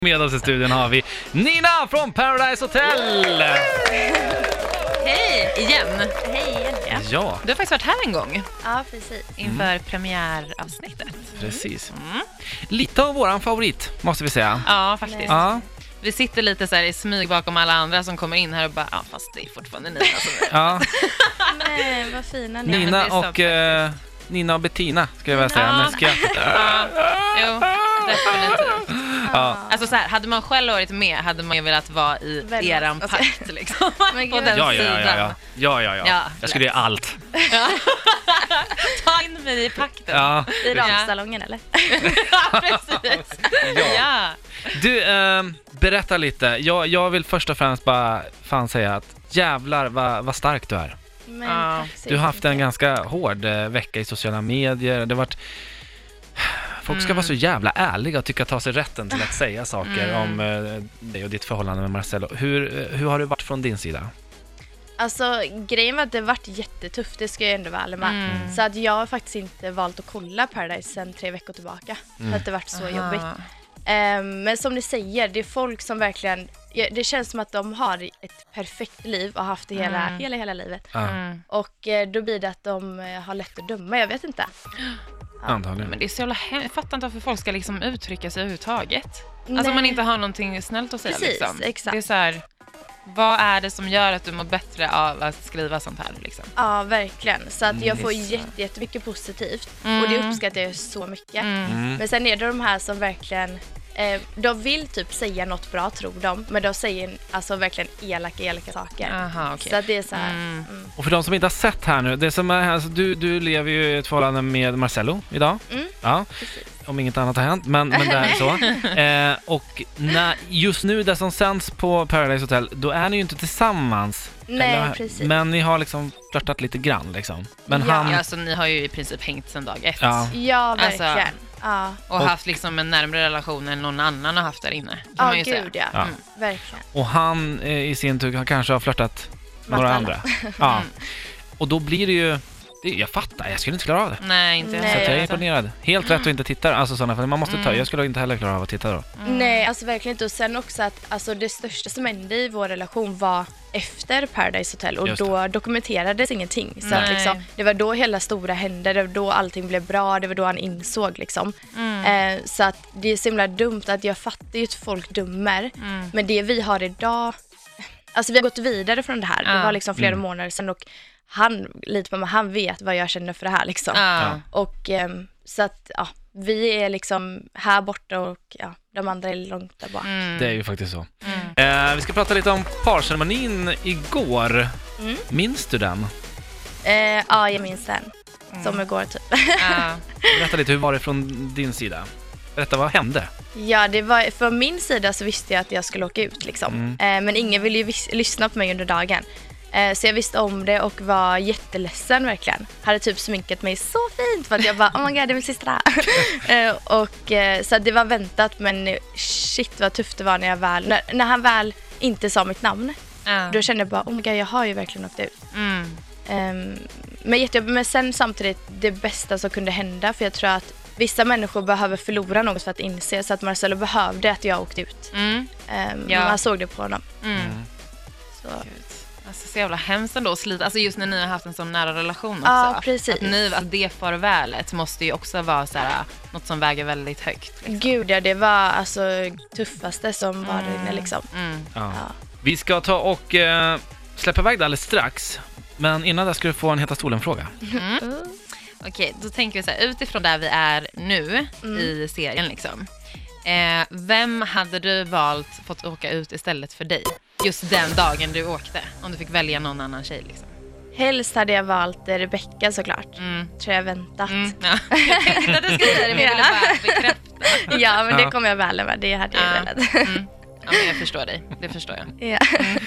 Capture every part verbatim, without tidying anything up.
Med oss i studion har vi Nina från Paradise Hotel. Hej igen. Hej. Ja. Ja, Du har faktiskt varit här en gång Ja, precis. inför mm. premiäravsnittet. precis. Mm. Lite av våran favorit, måste vi säga. Ja, faktiskt. Ja, Vi sitter lite så här i smyg bakom alla andra som kommer in här och bara, ja, fast det är fortfarande Nina som är. ja. Nej, vad fina ni är. Nina men det är så och eh, Nina och Bettina skulle jag vilja säga. Ja. Men ska jag... Ja, jo, definitivt. Ja. Alltså så här, hade man själv varit med hade man ju velat vara i Väldigt. eran pakt liksom. Men På gud. den Ja, ja, ja, sidan. ja. Ja, ja, ja. Ja, Jag skulle göra allt. Ja. Ta in mig i pakten. Ja. I ramsalongen eller? Ja, precis. Ja. Du, eh, berätta lite. Jag, jag vill först och främst bara fan säga att jävlar vad, vad stark du är. Men, Ja. tack så Du har haft en mycket. ganska hård eh, vecka i sociala medier. Det har varit... Folk ska Mm. vara så jävla ärliga och tycka ta sig rätten till att säga saker Mm. om eh, dig och ditt förhållande med Marcello. Hur, hur har det varit från din sida? Alltså, grejen var att det varit jättetufft, det ska jag ändå vara ärlig med. Mm. Så att jag har faktiskt inte valt att kolla Paradise sen tre veckor tillbaka. Mm. För att det varit så Aha. jobbigt. Ehm, men som ni säger, det är folk som verkligen... ja, det känns som att de har ett perfekt liv och har haft det hela, Mm. hela, hela livet. Ja, Mm. Och eh, då blir det att de eh, har lätt att döma, jag vet inte. antagligen. Men det är så jävla hem- jag fattar inte varför folk ska liksom uttrycka sig överhuvudtaget. Alltså Nej. om man inte har någonting snällt att säga. Precis, liksom. exakt. Det är så här, vad är det som gör att du mår bättre av att skriva sånt här liksom? Ja, verkligen. Så att jag får Mm. jätte, jättemycket positivt. Mm. Och det uppskattar jag så mycket. Mm. Mm. Men sen är det de här som verkligen... Eh, de vill typ säga något bra, tror de. Men de säger alltså verkligen elaka, elaka saker. Aha, okej. Så att det är så här... Mm. Mm. Och för de som inte har sett här nu, det som är, alltså, du, du lever ju i ett förhållande med Marcello idag. Mm, Ja, precis. om inget annat har hänt, men, men det är så. Eh, och när, just nu, det som sänds på Paradise Hotel, då är ni ju inte tillsammans. Nej, eller? precis. Men ni har liksom flörtat lite grann liksom. Men Ja. han... Ja, alltså ni har ju i princip hängt sedan dag ett. Ja. Ja, Alltså, verkligen. ja, Och, Och- haft liksom en närmare relation än någon annan har haft där inne. Kan ja man ju säga. gud ja. Ja. Mm, verkligen. Och han eh, i sin tur han kanske har flörtat med några Marcello. andra. Ja. Mm. Och då blir det ju... Det, jag fattar, jag skulle inte klara av det. Nej, inte jag. Nej. Så att jag är Alltså. imponerad. Helt rätt att inte titta. Alltså sådana, för man måste ta. Mm. Jag skulle inte heller klara av att titta då. Mm. Nej, alltså verkligen inte. Och sen också att alltså, det största som hände i vår relation var efter Paradise Hotel. Och Just det. då dokumenterades ingenting. Så att, Nej. liksom, det var då hela stora hände. Det var då allting blev bra. Det var då han insåg liksom. Mm. Eh, så att det är så himla dumt att jag fattar ju att folk dömer. Mm. Men det vi har idag... Alltså vi har gått vidare från det här. Det Ja. var liksom flera Mm. månader sedan och han, lite på mig, han vet vad jag känner för det här liksom. Ja. Och ehm, så att ja, vi är liksom här borta och ja, de andra är långt där bak. Mm. Det är ju faktiskt så. Mm. Eh, vi ska prata lite om parceremonin igår. Mm. Minns du den? Eh, ja, jag minns den. Mm. Som igår typ. Ja. Berätta lite, hur var det från din sida? Berätta, vad hände? Ja, det var, från min sida så visste jag att jag skulle åka ut liksom. Mm. Eh, men ingen ville ju vis- lyssna på mig under dagen. Eh, så jag visste om det och var jätteledsen verkligen. Hade typ sminkat mig så fint för att jag bara, oh my god, det är min sista. eh, och eh, så det var väntat, men shit vad tufft det var när jag väl, när, när han väl inte sa mitt namn. Ja. Då kände jag bara, oh my god, jag har ju verkligen åkt ut. Mm. Um, men, jätte, men sen samtidigt det bästa som kunde hända, för jag tror att vissa människor behöver förlora något för att inse, så att Marcello behövde att jag åkte ut. Mm. Um, Ja. Man såg det på honom. Mm. Så. Gud. Alltså så jävla hemskt ändå att slita. Alltså just när ni har haft en sån nära relation också. Ja, precis. Att, ni, att det farvälet måste ju också vara så här, något som väger väldigt högt. Liksom. Gud ja, det var alltså tuffaste som var där inne liksom. Mm. Ja. Ja. Vi ska ta och eh, släppa iväg det alldeles strax. Men innan det ska du få en Heta stolen-fråga. Mm. Okej, då tänker vi så här, utifrån där vi är nu Mm. i serien liksom. Eh, vem hade du valt fått åka ut istället för dig? Just den dagen du åkte. Om du fick välja någon annan tjej liksom. Helst hade jag valt eh, Rebecca såklart. Mm. Tror jag väntat. Mm. Ja. Jag tänkte att du skulle säga det, men jag ville bara bekräfta. Ja, men Ja. det kommer jag väl med. Det hade jag Ja. velat. Mm. Ja, men jag förstår dig. Det förstår jag. Ja.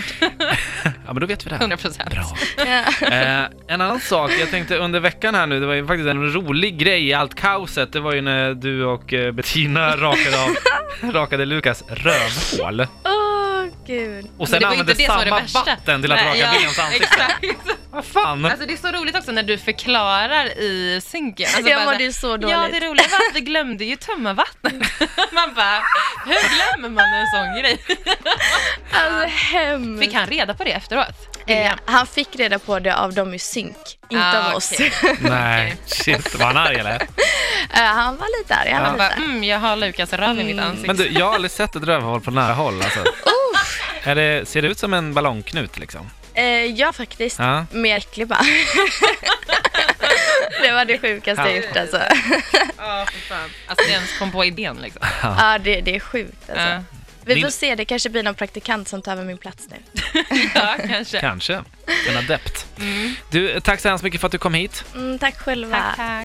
Ja, men då vet vi det. hundra procent. Bra. Ja. Eh, en annan sak, jag tänkte under veckan här nu, det var ju faktiskt en rolig grej i allt kaoset. Det var ju när du och eh, Bettina rakade av rakade Lukas rövhål. Åh, gud. Och sen Men det var ju använde inte det som var det samma värsta. vatten till att Nej, raka ja, Billens ansikte. exakt. Vad fan? Alltså det är så roligt också när du förklarar i synken. Alltså, Jag bara mådde så här, ju så dåligt. ja, det roliga var att vi glömde ju tömma vattnet. Man bara, hur glömmer man en sån grej? Alltså hemskt. Fick han reda på det efteråt? Eh, han fick reda på det av dem i synk, inte Ah, av oss. okej. Nej, shit. Var han arg eller? eh, han var lite arg, han Han var bara, lite. mm, jag har Lukas röv i mitt ansikte. Men du, jag har aldrig sett ett rövhål på nära håll. Alltså. Är det, ser det ut som en ballongknut liksom? Eh, ja, faktiskt. Ja. Mer äcklig bara. Det var det sjukaste jag gjort alltså. Ja, för fan. Alltså, det ens kom på idén liksom. Ja, det, det är sjukt alltså. Ja, Vi Min- får se, det kanske blir någon praktikant som tar över min plats nu. ja kanske. Kanske. En adept. Du, tack så hemskt mycket för att du kom hit. Mm, tack själva. Tack, tack.